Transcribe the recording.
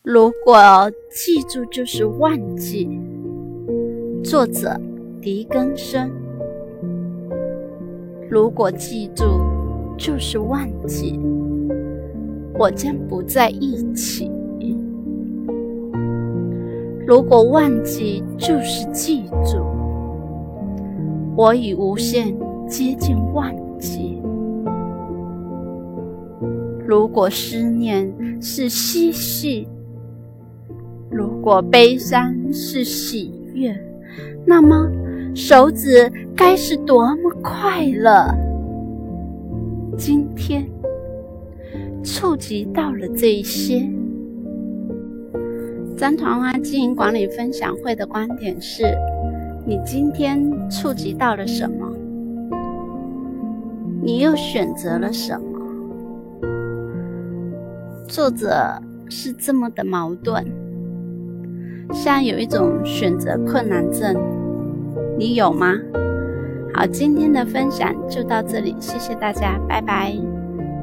如果记住就是忘记。作者狄更森。如果记住就是忘记，我将不在一起。如果忘记就是记住，我已无限接近忘记。如果思念是嬉戏，如果悲伤是喜悦，那么手指该是多么快乐。今天触及到了这一些。张团花经营管理分享会的观点是，你今天触及到了什么？你又选择了什么？作者是这么的矛盾，像有一种选择困难症，你有吗？好，今天的分享就到这里，谢谢大家，拜拜。